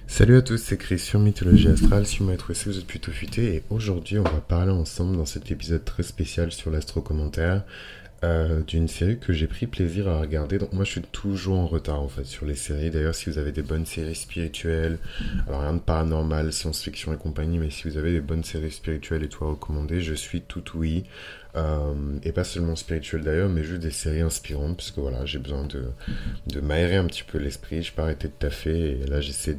Salut à tous, c'est Chris sur Mythologie Astrale, si vous m'avez trouvé ça, vous êtes plutôt futé, et aujourd'hui on va parler ensemble dans cet épisode très spécial sur l'astro-commentaire d'une série que j'ai pris plaisir à regarder. Donc moi je suis toujours en retard en fait sur les séries, d'ailleurs si vous avez des bonnes séries spirituelles, alors rien de paranormal, science-fiction et compagnie, mais si vous avez des bonnes séries spirituelles et tout à recommander, je suis tout oui. Et pas seulement spirituelles d'ailleurs, mais juste des séries inspirantes, parce que voilà, j'ai besoin de m'aérer un petit peu l'esprit, je peux arrêter de taffer, et là j'essaie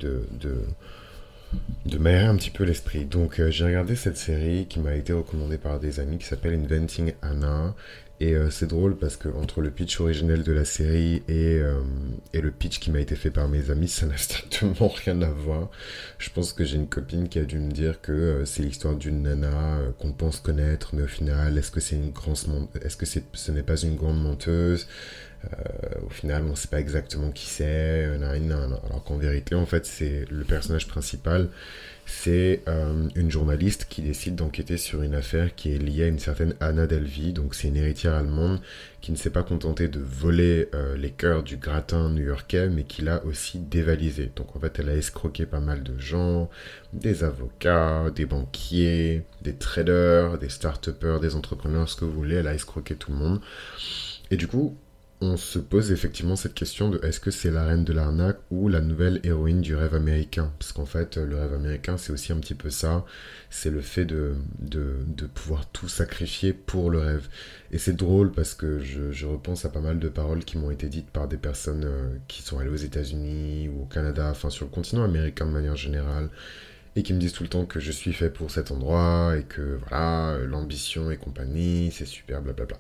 de m'aérer un petit peu l'esprit. Donc j'ai regardé cette série qui m'a été recommandée par des amis qui s'appelle Inventing Anna. Et c'est drôle parce que entre le pitch originel de la série et le pitch qui m'a été fait par mes amis, ça n'a strictement rien à voir. Je pense que j'ai une copine qui a dû me dire que c'est l'histoire d'une nana qu'on pense connaître, mais au final, est-ce que c'est est-ce que ce n'est pas une grande menteuse? Au final, on ne sait pas exactement qui c'est, alors qu'en vérité, en fait, c'est le personnage principal, c'est une journaliste qui décide d'enquêter sur une affaire qui est liée à une certaine Anna Delvey, donc c'est une héritière allemande qui ne s'est pas contentée de voler les cœurs du gratin new-yorkais, mais qui l'a aussi dévalisé. Donc en fait, elle a escroqué pas mal de gens, des avocats, des banquiers, des traders, des start-upers, des entrepreneurs, ce que vous voulez, elle a escroqué tout le monde. Et du coup, on se pose effectivement cette question de est-ce que c'est la reine de l'arnaque ou la nouvelle héroïne du rêve américain? Parce qu'en fait, le rêve américain, c'est aussi un petit peu ça. C'est le fait de pouvoir tout sacrifier pour le rêve. Et c'est drôle parce que je repense à pas mal de paroles qui m'ont été dites par des personnes qui sont allées aux États-Unis ou au Canada, enfin sur le continent américain de manière générale, et qui me disent tout le temps que je suis fait pour cet endroit et que voilà, l'ambition et compagnie, c'est super, blablabla.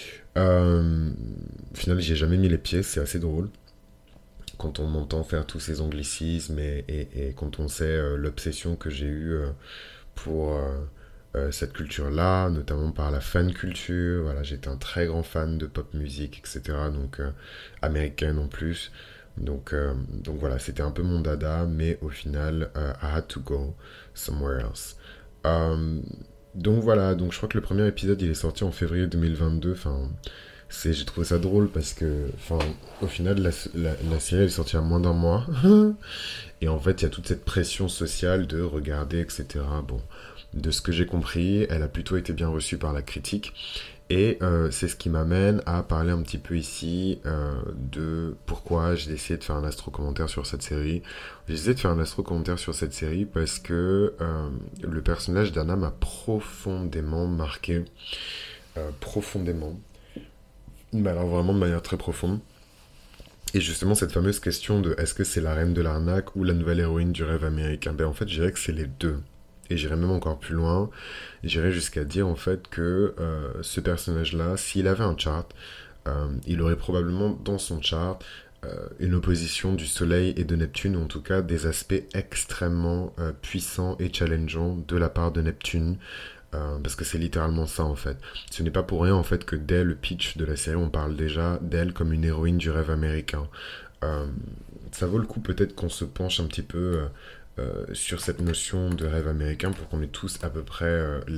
Au final, j'y ai jamais mis les pieds, c'est assez drôle. Quand on m'entend faire tous ces anglicismes et quand on sait l'obsession que j'ai eue pour cette culture-là, notamment par la fan culture. Voilà, j'étais un très grand fan de pop music, etc. Donc américaine en plus. Donc voilà, c'était un peu mon dada, mais au final, I had to go somewhere else. Euh, donc voilà, donc je crois que le premier épisode il est sorti en février 2022. Enfin, j'ai trouvé ça drôle parce que, enfin, au final, la série elle est sortie à moins d'un mois. Et en fait, il y a toute cette pression sociale de regarder, etc. Bon, de ce que j'ai compris, elle a plutôt été bien reçue par la critique. Et c'est ce qui m'amène à parler un petit peu ici de pourquoi j'ai décidé de faire un astro-commentaire sur cette série. J'ai décidé de faire un astro-commentaire sur cette série parce que le personnage d'Anna m'a profondément marqué. Profondément. Mais alors vraiment de manière très profonde. Et justement, cette fameuse question de est-ce que c'est la reine de l'arnaque ou la nouvelle héroïne du rêve américain? Ben en fait, je dirais que c'est les deux. Et j'irais même encore plus loin. J'irais jusqu'à dire en fait que ce personnage-là, s'il avait un chart, il aurait probablement dans son chart une opposition du Soleil et de Neptune, ou en tout cas des aspects extrêmement puissants et challengeants de la part de Neptune. Parce que c'est littéralement ça en fait. Ce n'est pas pour rien en fait que dès le pitch de la série on parle déjà d'elle comme une héroïne du rêve américain. Euh, Ça vaut le coup peut-être qu'on se penche un petit peu sur cette notion de rêve américain pour qu'on ait tous à peu près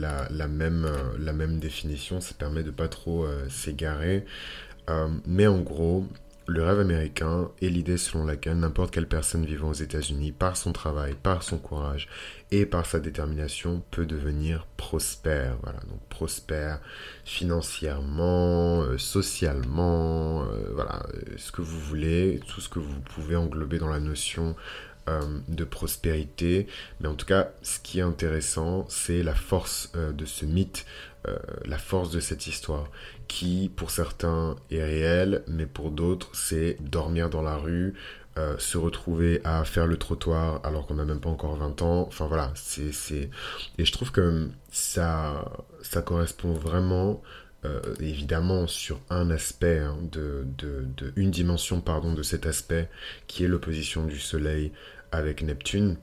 la même définition. Ça permet de pas trop s'égarer. Mais en gros, le rêve américain est l'idée selon laquelle n'importe quelle personne vivant aux États-Unis, par son travail, par son courage et par sa détermination, peut devenir prospère. Voilà, donc prospère financièrement, socialement, voilà, ce que vous voulez, tout ce que vous pouvez englober dans la notion de prospérité. Mais en tout cas, ce qui est intéressant, c'est la force de ce mythe, la force de cette histoire, qui pour certains est réelle, mais pour d'autres, c'est dormir dans la rue, se retrouver à faire le trottoir alors qu'on n'a même pas encore 20 ans. Enfin voilà, Et je trouve que ça correspond vraiment évidemment sur un aspect une dimension pardon de cet aspect qui est l'opposition du Soleil avec Neptune.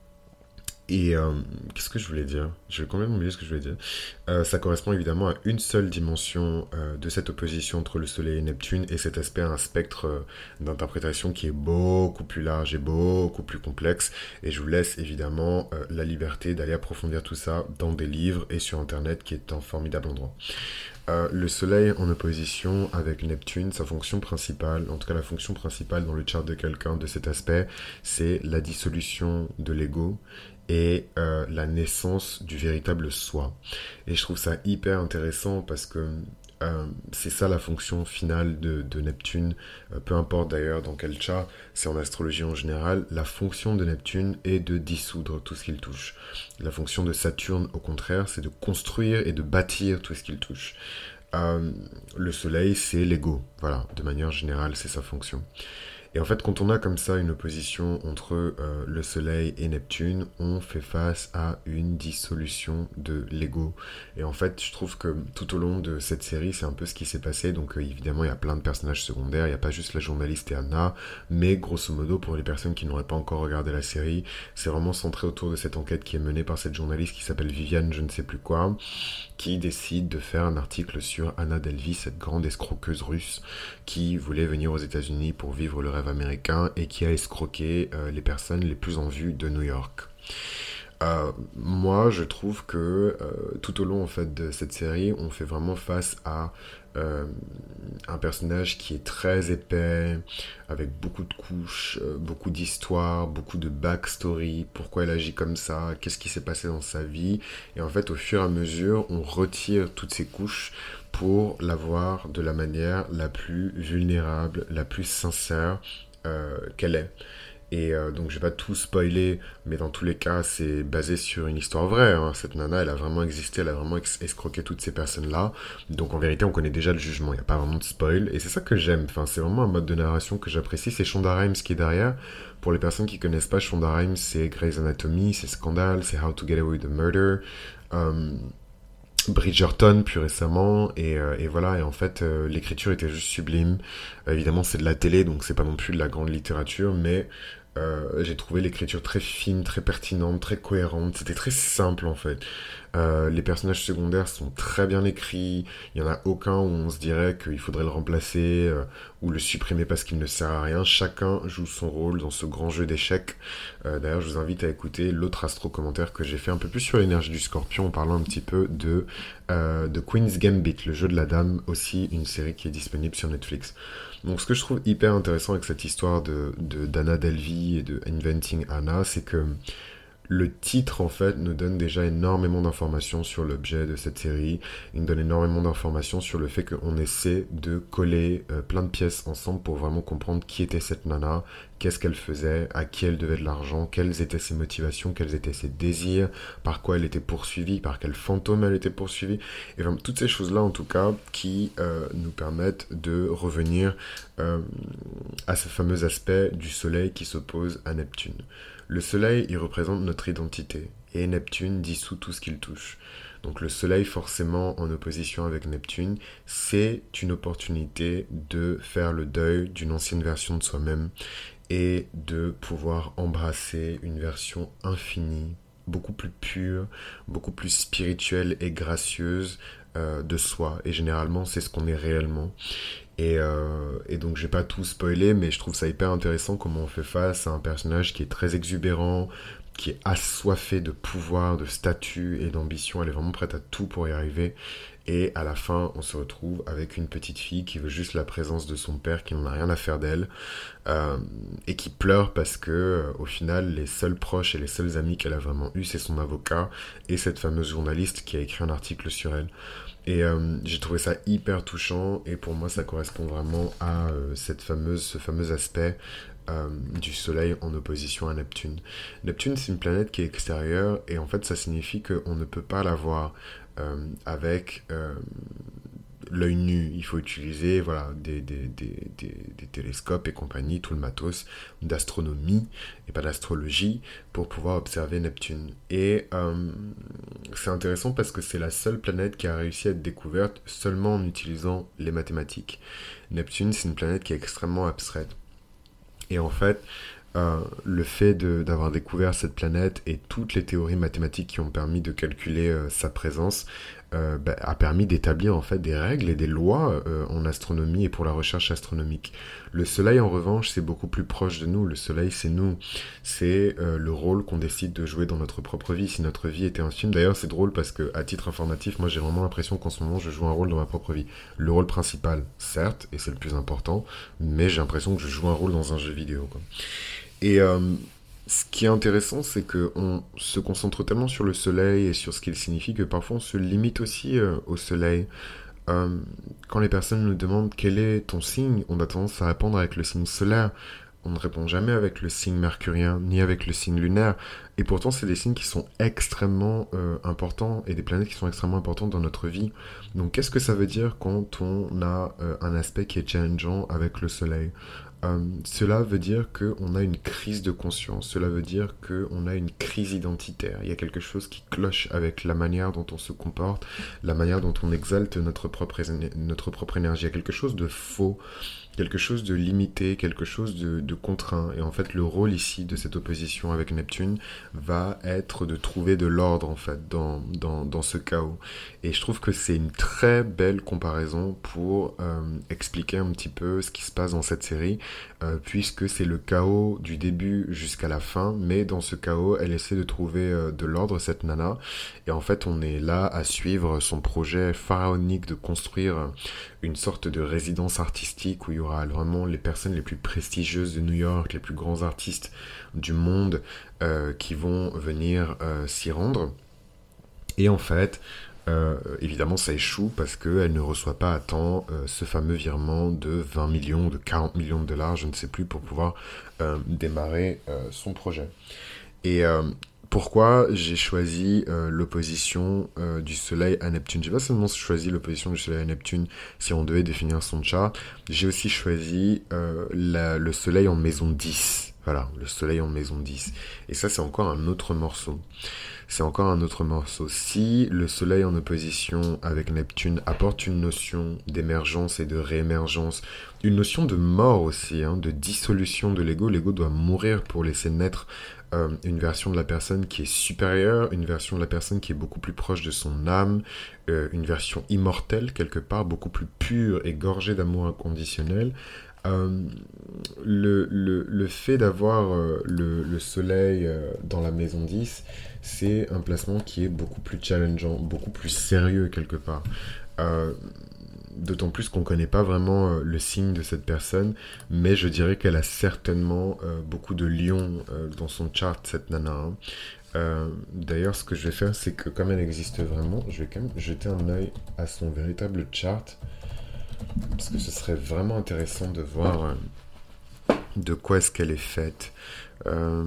Et qu'est-ce que je voulais dire? Je vais quand même oublier ce que je voulais dire. Ça correspond évidemment à une seule dimension de cette opposition entre le Soleil et Neptune, et cet aspect a un spectre d'interprétation qui est beaucoup plus large et beaucoup plus complexe. Et je vous laisse évidemment la liberté d'aller approfondir tout ça dans des livres et sur Internet, qui est un formidable endroit. Le Soleil en opposition avec Neptune, sa fonction principale, en tout cas la fonction principale dans le chart de quelqu'un de cet aspect, c'est la dissolution de l'ego et la naissance du véritable soi. Et je trouve ça hyper intéressant parce que c'est ça la fonction finale de Neptune, peu importe d'ailleurs dans quel chart, c'est en astrologie en général, la fonction de Neptune est de dissoudre tout ce qu'il touche. La fonction de Saturne, au contraire, c'est de construire et de bâtir tout ce qu'il touche. Le Soleil, c'est l'ego, voilà, de manière générale, c'est sa fonction. Et en fait, quand on a comme ça une opposition entre le Soleil et Neptune, on fait face à une dissolution de l'ego. Et en fait, je trouve que tout au long de cette série, c'est un peu ce qui s'est passé. Donc évidemment, il y a plein de personnages secondaires, il n'y a pas juste la journaliste et Anna, mais grosso modo, pour les personnes qui n'auraient pas encore regardé la série, c'est vraiment centré autour de cette enquête qui est menée par cette journaliste qui s'appelle Viviane, je ne sais plus quoi, qui décide de faire un article sur Anna Delvey, cette grande escroqueuse russe qui voulait venir aux États-Unis pour vivre le rêve américain et qui a escroqué les personnes les plus en vue de New York. Moi, je trouve que tout au long en fait de cette série, on fait vraiment face à un personnage qui est très épais, avec beaucoup de couches, beaucoup d'histoires, beaucoup de backstory, pourquoi elle agit comme ça, qu'est-ce qui s'est passé dans sa vie. Et en fait, au fur et à mesure, on retire toutes ces couches pour la voir de la manière la plus vulnérable, la plus sincère qu'elle est. Et donc je vais pas tout spoiler, mais dans tous les cas c'est basé sur une histoire vraie, hein. Cette nana elle a vraiment existé, elle a vraiment escroqué toutes ces personnes-là. Donc en vérité on connaît déjà le jugement, il n'y a pas vraiment de spoil. Et c'est ça que j'aime, enfin, c'est vraiment un mode de narration que j'apprécie. C'est Shonda Rhimes qui est derrière. Pour les personnes qui connaissent pas Shonda Rhimes, c'est Grey's Anatomy, c'est Scandal, c'est How to Get Away with Murder. Euh, Bridgerton plus récemment et voilà. Et en fait l'écriture était juste sublime. Évidemment c'est de la télé donc c'est pas non plus de la grande littérature, mais j'ai trouvé l'écriture très fine, très pertinente, très cohérente. C'était très simple en fait. Les personnages secondaires sont très bien écrits. Il n'y en a aucun où on se dirait qu'il faudrait le remplacer ou le supprimer parce qu'il ne sert à rien. Chacun joue son rôle dans ce grand jeu d'échecs. D'ailleurs, je vous invite à écouter l'autre astro-commentaire que j'ai fait un peu plus sur l'énergie du Scorpion en parlant un petit peu de Queen's Gambit, le jeu de la dame, aussi une série qui est disponible sur Netflix. Donc ce que je trouve hyper intéressant avec cette histoire d'Anna Delvey et de Inventing Anna, c'est que le titre, en fait, nous donne déjà énormément d'informations sur l'objet de cette série. Il nous donne énormément d'informations sur le fait qu'on essaie de coller plein de pièces ensemble pour vraiment comprendre qui était cette nana, qu'est-ce qu'elle faisait, à qui elle devait de l'argent, quelles étaient ses motivations, quels étaient ses désirs, par quoi elle était poursuivie, par quel fantôme elle était poursuivie. Et vraiment, toutes ces choses-là, en tout cas, qui nous permettent de revenir à ce fameux aspect du Soleil qui s'oppose à Neptune. Le Soleil, il représente notre identité, et Neptune dissout tout ce qu'il touche. Donc le Soleil, forcément, en opposition avec Neptune, c'est une opportunité de faire le deuil d'une ancienne version de soi-même et de pouvoir embrasser une version infinie, beaucoup plus pure, beaucoup plus spirituelle et gracieuse de soi. Et généralement, c'est ce qu'on est réellement. Et donc je vais pas tout spoiler, mais je trouve ça hyper intéressant comment on fait face à un personnage qui est très exubérant, qui est assoiffé de pouvoir, de statut et d'ambition. Elle est vraiment prête à tout pour y arriver. Et à la fin, on se retrouve avec une petite fille qui veut juste la présence de son père, qui n'en a rien à faire d'elle, et qui pleure parce que, au final, les seuls proches et les seuls amis qu'elle a vraiment eus, c'est son avocat et cette fameuse journaliste qui a écrit un article sur elle. Et j'ai trouvé ça hyper touchant, et pour moi ça correspond vraiment à ce fameux aspect du Soleil en opposition à Neptune. Neptune, c'est une planète qui est extérieure, et en fait ça signifie qu'on ne peut pas la voir avec l'œil nu. Il faut utiliser voilà, des télescopes et compagnie, tout le matos d'astronomie et pas d'astrologie pour pouvoir observer Neptune. Et c'est intéressant parce que c'est la seule planète qui a réussi à être découverte seulement en utilisant les mathématiques. Neptune, c'est une planète qui est extrêmement abstraite. Et en fait, le fait d'avoir découvert cette planète et toutes les théories mathématiques qui ont permis de calculer sa présence a permis d'établir en fait des règles et des lois en astronomie et pour la recherche astronomique. Le Soleil, en revanche, c'est beaucoup plus proche de nous. Le Soleil, c'est nous. C'est le rôle qu'on décide de jouer dans notre propre vie. Si notre vie était un film, d'ailleurs, c'est drôle parce que, à titre informatif, moi, j'ai vraiment l'impression qu'en ce moment, je joue un rôle dans ma propre vie. Le rôle principal, certes, et c'est le plus important, mais j'ai l'impression que je joue un rôle dans un jeu vidéo, quoi. Et ce qui est intéressant, c'est que on se concentre tellement sur le soleil et sur ce qu'il signifie que parfois on se limite aussi au soleil. Euh, Quand les personnes nous demandent quel est ton signe, on a tendance à répondre avec le signe solaire. On ne répond jamais avec le signe mercurien, ni avec le signe lunaire. Et pourtant, c'est des signes qui sont extrêmement importants et des planètes qui sont extrêmement importantes dans notre vie. Donc, qu'est-ce que ça veut dire quand on a un aspect qui est challengeant avec le Soleil? Cela veut dire qu'on a une crise de conscience, cela veut dire qu'on a une crise identitaire. Il y a quelque chose qui cloche avec la manière dont on se comporte, la manière dont on exalte notre propre énergie. Il y a quelque chose de faux, quelque chose de limité, quelque chose de contraint. Et en fait, le rôle ici de cette opposition avec Neptune va être de trouver de l'ordre, en fait, dans ce chaos. Et je trouve que c'est une très belle comparaison pour expliquer un petit peu ce qui se passe dans cette série, puisque c'est le chaos du début jusqu'à la fin, mais dans ce chaos, elle essaie de trouver de l'ordre, cette nana, et en fait, on est là à suivre son projet pharaonique de construire une sorte de résidence artistique où il y aura vraiment les personnes les plus prestigieuses de New York, les plus grands artistes du monde qui vont venir s'y rendre. Et en fait, évidemment, ça échoue parce qu'elle ne reçoit pas à temps ce fameux virement de 20 millions, de 40 millions de dollars, je ne sais plus, pour pouvoir démarrer son projet. Et pourquoi j'ai choisi l'opposition du Soleil à Neptune? J'ai pas seulement choisi l'opposition du Soleil à Neptune si on devait définir son chart, j'ai aussi choisi le Soleil en maison 10. Voilà, le Soleil en maison 10. Et ça, c'est encore un autre morceau. C'est encore un autre morceau. Si le Soleil en opposition avec Neptune apporte une notion d'émergence et de réémergence, une notion de mort aussi, hein, de dissolution de l'ego, l'ego doit mourir pour laisser naître une version de la personne qui est supérieure, une version de la personne qui est beaucoup plus proche de son âme, une version immortelle quelque part, beaucoup plus pure et gorgée d'amour inconditionnel. Euh, le fait d'avoir le soleil dans la maison 10, c'est un placement qui est beaucoup plus challengeant, beaucoup plus sérieux quelque part. Euh, D'autant plus qu'on ne connaît pas vraiment le signe de cette personne, mais je dirais qu'elle a certainement beaucoup de lions dans son chart, cette nana, hein. D'ailleurs, ce que je vais faire, c'est que comme elle existe vraiment, je vais quand même jeter un œil à son véritable chart, parce que ce serait vraiment intéressant de voir de quoi est-ce qu'elle est faite. Euh,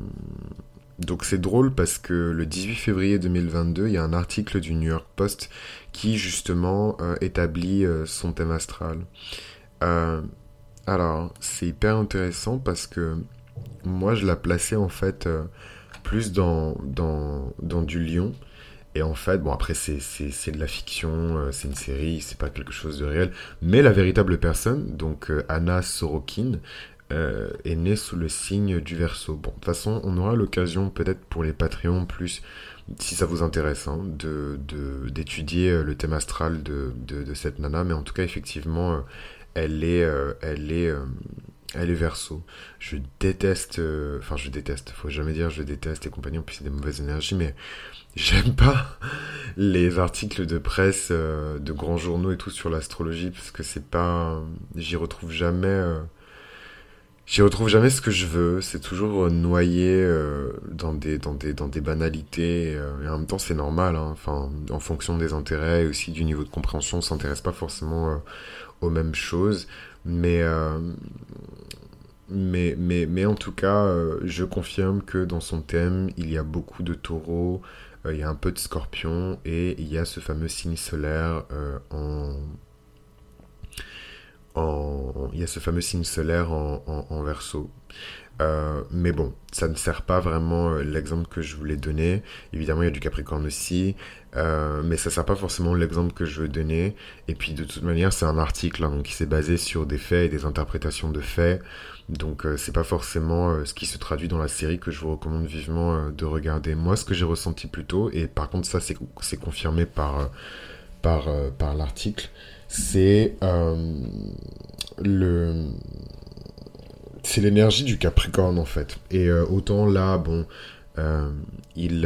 donc c'est drôle parce que le 18 février 2022, il y a un article du New York Post qui justement établit son thème astral. Euh, alors, c'est hyper intéressant parce que moi je la plaçais en fait plus dans du lion. Et en fait, bon après c'est de la fiction, c'est une série, c'est pas quelque chose de réel. Mais la véritable personne, donc Anna Sorokin, est née sous le signe du Verseau. Bon, de toute façon, on aura l'occasion peut-être pour les Patreons plus, si ça vous intéresse, hein, d'étudier le thème astral de cette nana. Mais en tout cas, effectivement, elle est Verseau. Je déteste, enfin je déteste, faut jamais dire je déteste et compagnie, en plus c'est des mauvaises énergies, mais j'aime pas les articles de presse de grands journaux et tout sur l'astrologie parce que c'est pas, j'y retrouve jamais ce que je veux. C'est toujours noyé dans des banalités. Et en même temps, c'est normal, hein. Enfin, en fonction des intérêts et aussi du niveau de compréhension, on s'intéresse pas forcément aux mêmes choses. Mais, euh, mais en tout cas, je confirme que dans son thème, il y a beaucoup de taureaux, il y a un peu de scorpion et il y a ce fameux signe solaire il y a ce fameux signe solaire en Verseau. Mais bon, ça ne sert pas vraiment l'exemple que je voulais donner. Évidemment, il y a du Capricorne aussi, mais ça ne sert pas forcément l'exemple que je veux donner. Et puis, de toute manière, c'est un article, hein, donc qui s'est basé sur des faits et des interprétations de faits. Donc, c'est pas forcément ce qui se traduit dans la série que je vous recommande vivement de regarder. Moi, ce que j'ai ressenti plus tôt, et par contre, ça, c'est confirmé par l'article, c'est le c'est l'énergie du Capricorne en fait. Et autant là, bon, euh, il,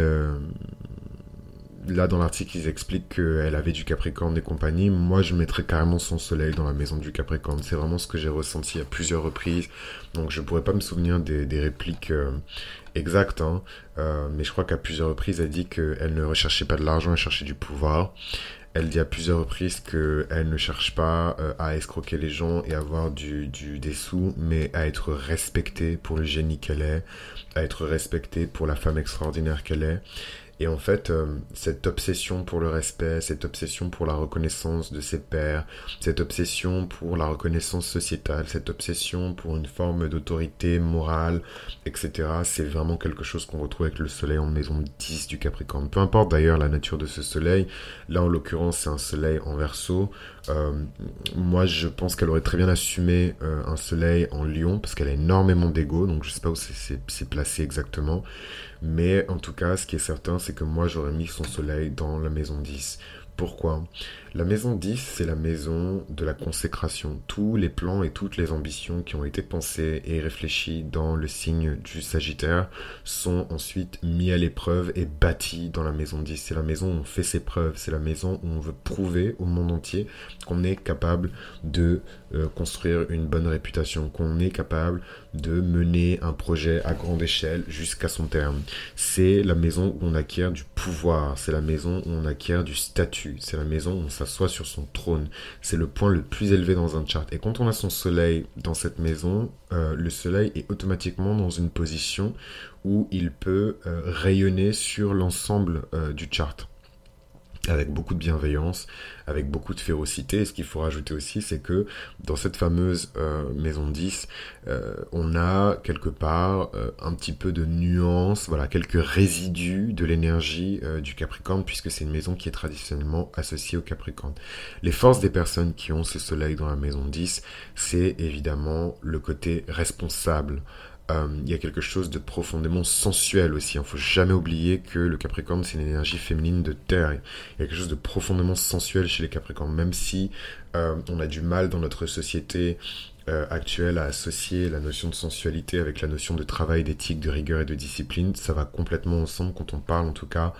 là dans l'article ils expliquent qu'elle avait du Capricorne et compagnie. Moi je mettrais carrément son soleil dans la maison du Capricorne. C'est vraiment ce que j'ai ressenti à plusieurs reprises. Donc je pourrais pas me souvenir des répliques exactes, hein. Mais je crois qu'à plusieurs reprises elle dit qu'elle ne recherchait pas de l'argent, elle cherchait du pouvoir. Elle dit à plusieurs reprises qu'elle ne cherche pas à escroquer les gens et avoir des sous, mais à être respectée pour le génie qu'elle est, à être respectée pour la femme extraordinaire qu'elle est. Et en fait, cette obsession pour le respect, cette obsession pour la reconnaissance de ses pairs, cette obsession pour la reconnaissance sociétale, cette obsession pour une forme d'autorité morale, etc., c'est vraiment quelque chose qu'on retrouve avec le soleil en maison 10 du Capricorne. Peu importe d'ailleurs la nature de ce soleil, là en l'occurrence c'est un soleil en Verseau. Euh, Moi je pense qu'elle aurait très bien assumé un soleil en Lion, parce qu'elle a énormément d'ego, donc je sais pas où c'est placé exactement. Mais en tout cas, ce qui est certain, c'est que moi, j'aurais mis son soleil dans la maison 10. Pourquoi? La maison 10, c'est la maison de la consécration. Tous les plans et toutes les ambitions qui ont été pensées et réfléchies dans le signe du Sagittaire sont ensuite mis à l'épreuve et bâtis dans la maison 10. C'est la maison où on fait ses preuves. C'est la maison où on veut prouver au monde entier qu'on est capable de construire une bonne réputation, qu'on est capable de mener un projet à grande échelle jusqu'à son terme. C'est la maison où on acquiert du pouvoir, c'est la maison où on acquiert du statut, c'est la maison où on s'assoit sur son trône. C'est le point le plus élevé dans un chart. Et quand on a son soleil dans cette maison, le soleil est automatiquement dans une position où il peut rayonner sur l'ensemble du chart, avec beaucoup de bienveillance, avec beaucoup de férocité. Et ce qu'il faut rajouter aussi, c'est que dans cette fameuse maison 10, on a quelque part un petit peu de nuance, voilà, quelques résidus de l'énergie du Capricorne, puisque c'est une maison qui est traditionnellement associée au Capricorne. Les forces des personnes qui ont ce soleil dans la maison 10, c'est évidemment le côté responsable. Il y a quelque chose de profondément sensuel aussi. Il ne faut jamais oublier que le Capricorne, c'est une énergie féminine de terre. Il y a quelque chose de profondément sensuel chez les Capricornes, même si on a du mal dans notre société actuelle à associer la notion de sensualité avec la notion de travail, d'éthique, de rigueur et de discipline. Ça va complètement ensemble quand on parle en tout cas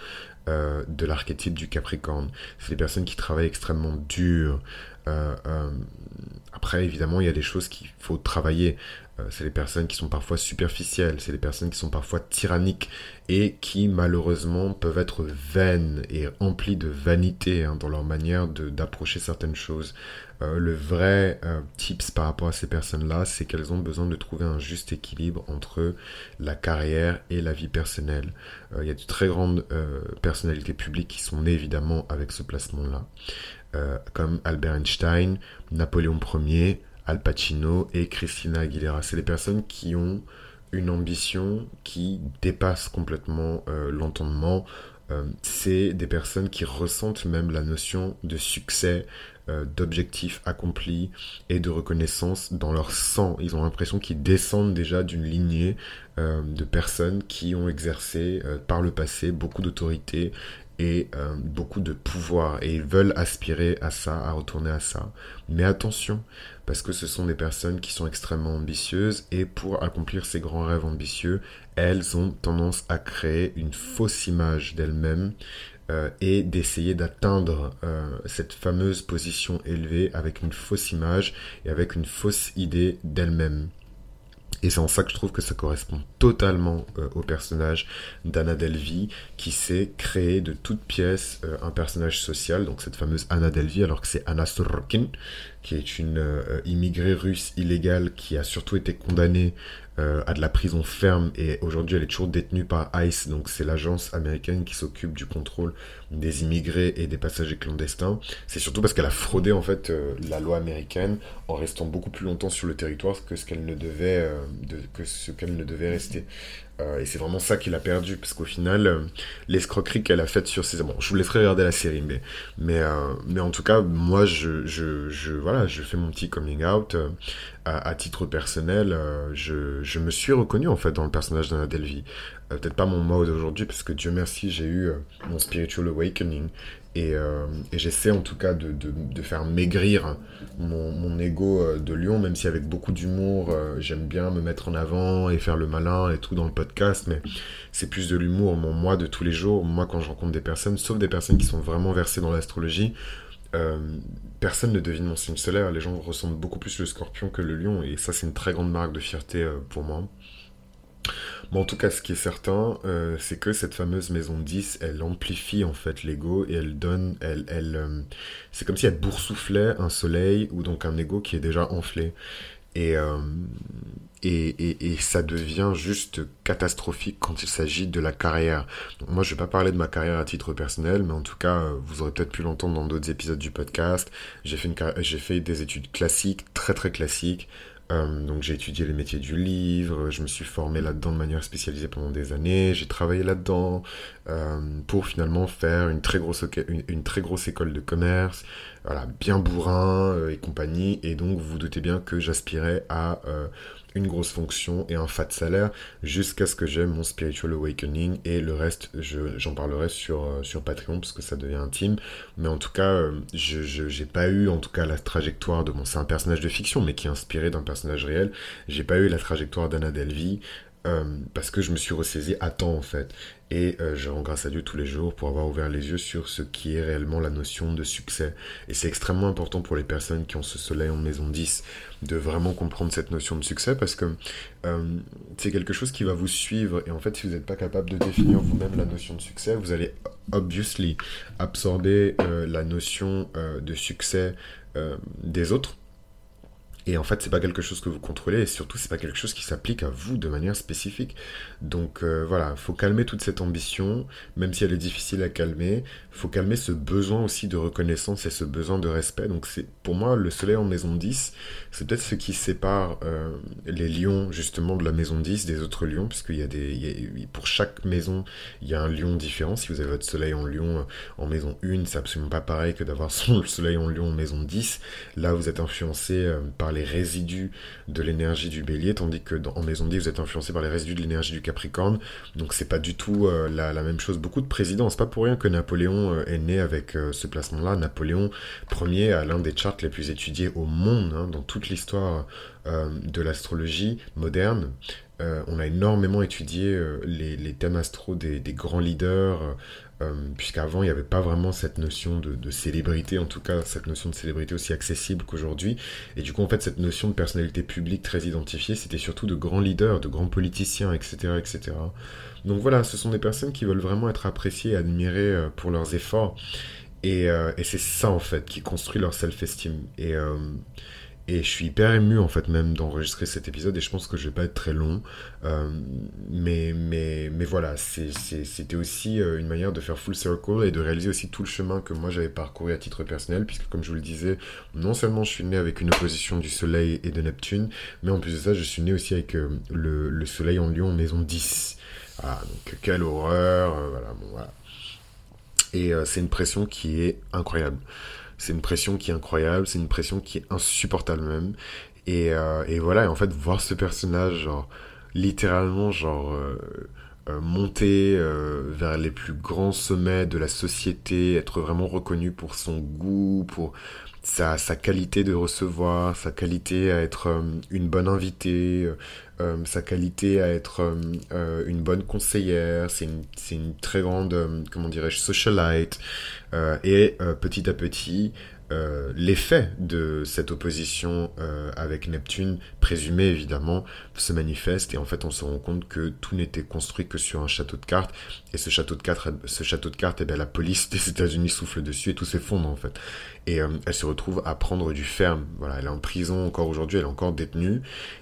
de l'archétype du Capricorne. C'est des personnes qui travaillent extrêmement dur. Euh, euh, Après, évidemment, il y a des choses qu'il faut travailler. C'est des personnes qui sont parfois superficielles, c'est des personnes qui sont parfois tyranniques et qui malheureusement peuvent être vaines et emplies de vanité, hein, dans leur manière d'approcher certaines choses. Le vrai tips par rapport à ces personnes-là, c'est qu'elles ont besoin de trouver un juste équilibre entre la carrière et la vie personnelle. Il y a de très grandes personnalités publiques qui sont nées évidemment avec ce placement-là, comme Albert Einstein, Napoléon Ier, Al Pacino et Christina Aguilera. C'est des personnes qui ont une ambition qui dépasse complètement l'entendement. C'est des personnes qui ressentent même la notion de succès, d'objectifs accomplis et de reconnaissance dans leur sang. Ils ont l'impression qu'ils descendent déjà d'une lignée de personnes qui ont exercé par le passé beaucoup d'autorité et beaucoup de pouvoir, et ils veulent aspirer à ça, à retourner à ça. Mais attention, parce que ce sont des personnes qui sont extrêmement ambitieuses, et pour accomplir ces grands rêves ambitieux, elles ont tendance à créer une fausse image d'elles-mêmes et d'essayer d'atteindre cette fameuse position élevée avec une fausse image et avec une fausse idée d'elles-mêmes. Et c'est en ça que je trouve que ça correspond totalement au personnage d'Anna Delvey, qui s'est créé de toutes pièces un personnage social, donc cette fameuse Anna Delvey, alors que c'est Anna Sorokin qui est une immigrée russe illégale qui a surtout été condamnée à de la prison ferme et aujourd'hui elle est toujours détenue par ICE, donc c'est l'agence américaine qui s'occupe du contrôle des immigrés et des passagers clandestins. C'est surtout parce qu'elle a fraudé en fait la loi américaine en restant beaucoup plus longtemps sur le territoire que ce qu'elle ne devait, rester. Et c'est vraiment ça qu'il a perdu, parce qu'au final, l'escroquerie qu'elle a faite sur ses... Bon, je vous laisserai regarder la série, mais en tout cas, moi, voilà, je fais mon petit coming out. À titre personnel, je me suis reconnu, en fait, dans le personnage d'Anna Delvey. Peut-être pas mon mode aujourd'hui, parce que Dieu merci, j'ai eu mon spiritual awakening. Et j'essaie en tout cas de faire maigrir mon ego de lion, même si avec beaucoup d'humour, j'aime bien me mettre en avant et faire le malin et tout dans le podcast, mais c'est plus de l'humour. Mon moi de tous les jours, moi quand je rencontre des personnes, sauf des personnes qui sont vraiment versées dans l'astrologie, euh, personne ne devine mon signe solaire. Les gens ressentent beaucoup plus le scorpion que le lion, et ça c'est une très grande marque de fierté pour moi. Mais en tout cas, ce qui est certain, c'est que cette fameuse maison 10, elle amplifie en fait l'ego et elle donne, c'est comme si elle boursouflait un soleil ou donc un ego qui est déjà enflé. Et, euh, et ça devient juste catastrophique quand il s'agit de la carrière. Donc moi, je vais pas parler de ma carrière à titre personnel, mais en tout cas, vous aurez peut-être pu l'entendre dans d'autres épisodes du podcast. J'ai fait des études classiques, très très classiques. Donc j'ai étudié les métiers du livre, je me suis formé là-dedans de manière spécialisée pendant des années, j'ai travaillé là-dedans pour finalement faire une très grosse école de commerce, voilà, bien bourrin et compagnie, et donc vous vous doutez bien que j'aspirais à une grosse fonction et un fat salaire jusqu'à ce que j'aie mon spiritual awakening, et le reste j'en parlerai sur Patreon parce que ça devient intime, mais en tout cas j'ai pas eu en tout cas la trajectoire de c'est un personnage de fiction mais qui est inspiré d'un personnage réel. J'ai pas eu la trajectoire d'Anna Delvey parce que je me suis ressaisi à temps en fait, et je rends grâce à Dieu tous les jours pour avoir ouvert les yeux sur ce qui est réellement la notion de succès. Et c'est extrêmement important pour les personnes qui ont ce soleil en maison 10 de vraiment comprendre cette notion de succès, parce que c'est quelque chose qui va vous suivre, et en fait si vous n'êtes pas capable de définir vous-même la notion de succès, vous allez obviously absorber la notion de succès des autres. Et en fait, c'est pas quelque chose que vous contrôlez, et surtout, c'est pas quelque chose qui s'applique à vous de manière spécifique. Donc voilà, faut calmer toute cette ambition, même si elle est difficile à calmer. Faut calmer ce besoin aussi de reconnaissance et ce besoin de respect. Donc c'est, pour moi, le soleil en maison 10, c'est peut-être ce qui sépare les lions justement de la maison 10 des autres lions, parce qu'il y a pour chaque maison, il y a un lion différent. Si vous avez votre soleil en lion en maison 1, c'est absolument pas pareil que d'avoir son soleil en lion en maison 10. Là, vous êtes influencé par les résidus de l'énergie du bélier, tandis que en maison 10, vous êtes influencé par les résidus de l'énergie du capricorne. Donc c'est pas du tout la même chose. Beaucoup de présidents, c'est pas pour rien que Napoléon est né avec ce placement-là. Napoléon Ier a l'un des charts les plus étudiés au monde, hein, dans toute l'histoire de l'astrologie moderne. On a énormément étudié les thèmes astro des grands leaders, puisqu'avant il n'y avait pas vraiment cette notion de célébrité, en tout cas cette notion de célébrité aussi accessible qu'aujourd'hui. Et du coup en fait cette notion de personnalité publique très identifiée, c'était surtout de grands leaders, de grands politiciens, etc. etc. Donc voilà, ce sont des personnes qui veulent vraiment être appréciées et admirées pour leurs efforts. Et c'est ça en fait qui construit leur self-esteem. Et je suis hyper ému en fait même d'enregistrer cet épisode, et je pense que je vais pas être très long. Mais voilà, c'était aussi une manière de faire full circle et de réaliser aussi tout le chemin que moi j'avais parcouru à titre personnel, puisque comme je vous le disais, non seulement je suis né avec une opposition du soleil et de Neptune, mais en plus de ça je suis né aussi avec le soleil en lion en maison 10. Ah, donc quelle horreur, voilà, bon voilà. Et c'est une pression qui est incroyable. C'est une pression qui est incroyable, c'est une pression qui est insupportable même. Et voilà, et en fait, voir ce personnage, genre, littéralement, genre, monter vers les plus grands sommets de la société, être vraiment reconnu pour son goût, pour sa qualité de recevoir, sa qualité à être une bonne invitée, sa qualité à être une bonne conseillère, c'est une très grande, comment dirais-je, socialite, et petit à petit, l'effet de cette opposition avec Neptune, présumée évidemment, se manifeste, et en fait on se rend compte que tout n'était construit que sur un château de cartes, et ce château de cartes, eh bien, la police des États-Unis souffle dessus et tout s'effondre en fait. Et elle se retrouve à prendre du ferme. Voilà, elle est en prison encore aujourd'hui, elle est encore détenue.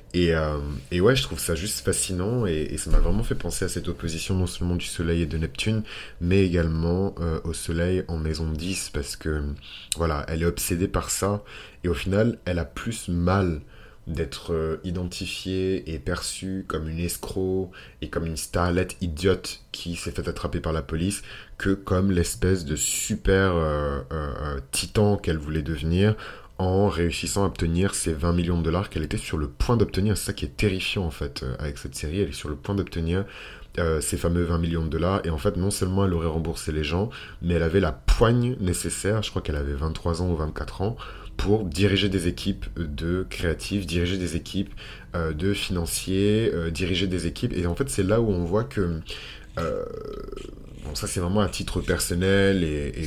Et ouais, je trouve ça juste fascinant et ça m'a vraiment fait penser à cette opposition non seulement du Soleil et de Neptune, mais également au Soleil en maison 10 parce que voilà, elle est obsédée par ça et au final, elle a plus mal d'être identifiée et perçue comme une escroc et comme une starlette idiote qui s'est fait attraper par la police que comme l'espèce de super titan qu'elle voulait devenir en réussissant à obtenir ces 20 millions de dollars qu'elle était sur le point d'obtenir. C'est ça qui est terrifiant en fait avec cette série, elle est sur le point d'obtenir ces fameux 20 millions de dollars et en fait non seulement elle aurait remboursé les gens, mais elle avait la poigne nécessaire, je crois qu'elle avait 23 ans ou 24 ans, pour diriger des équipes de créatifs, diriger des équipes de financiers, diriger des équipes. Et en fait, c'est là où on voit que euh, bon, ça c'est vraiment à titre personnel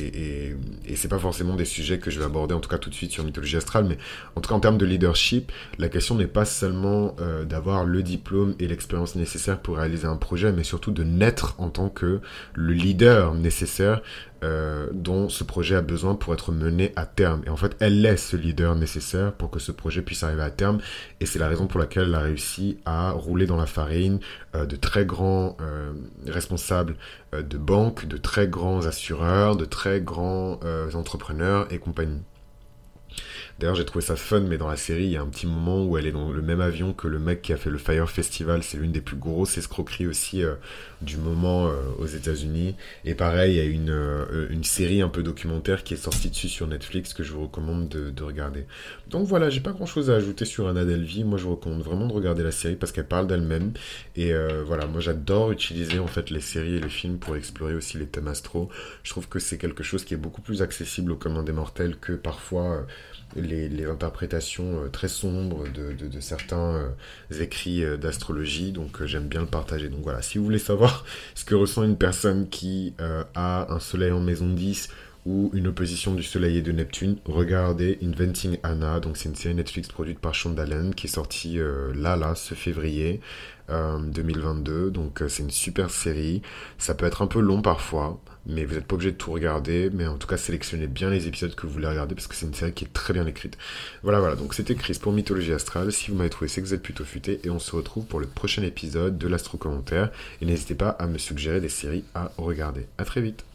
et c'est pas forcément des sujets que je vais aborder en tout cas tout de suite sur Mythologie Astrale, mais en tout cas en termes de leadership, la question n'est pas seulement d'avoir le diplôme et l'expérience nécessaire pour réaliser un projet, mais surtout de naître en tant que le leader nécessaire dont ce projet a besoin pour être mené à terme. Et en fait, elle est ce leader nécessaire pour que ce projet puisse arriver à terme. Et c'est la raison pour laquelle elle a réussi à rouler dans la farine de très grands responsables de banques, de très grands assureurs, de très grands entrepreneurs et compagnie. D'ailleurs, j'ai trouvé ça fun, mais dans la série, il y a un petit moment où elle est dans le même avion que le mec qui a fait le Fire Festival. C'est l'une des plus grosses escroqueries aussi du moment aux États-Unis. Et pareil, il y a une série un peu documentaire qui est sortie dessus sur Netflix que je vous recommande de regarder. Donc voilà, j'ai pas grand-chose à ajouter sur Anna Delvey. Moi, je vous recommande vraiment de regarder la série parce qu'elle parle d'elle-même. Et voilà, moi, j'adore utiliser en fait les séries et les films pour explorer aussi les thèmes astro. Je trouve que c'est quelque chose qui est beaucoup plus accessible au commun des mortels que parfois les interprétations très sombres de certains écrits d'astrologie, donc j'aime bien le partager. Donc voilà, si vous voulez savoir ce que ressent une personne qui a un soleil en maison 10 ou une opposition du soleil et de Neptune, regardez Inventing Anna, donc c'est une série Netflix produite par Shonda Allen qui est sortie ce février 2022, donc c'est une super série, ça peut être un peu long parfois, mais vous n'êtes pas obligé de tout regarder, mais en tout cas sélectionnez bien les épisodes que vous voulez regarder parce que c'est une série qui est très bien écrite. Voilà, donc c'était Chris pour Mythologie Astrale, si vous m'avez trouvé c'est que vous êtes plutôt futé et on se retrouve pour le prochain épisode de l'Astro Commentaire et n'hésitez pas à me suggérer des séries à regarder. À très vite.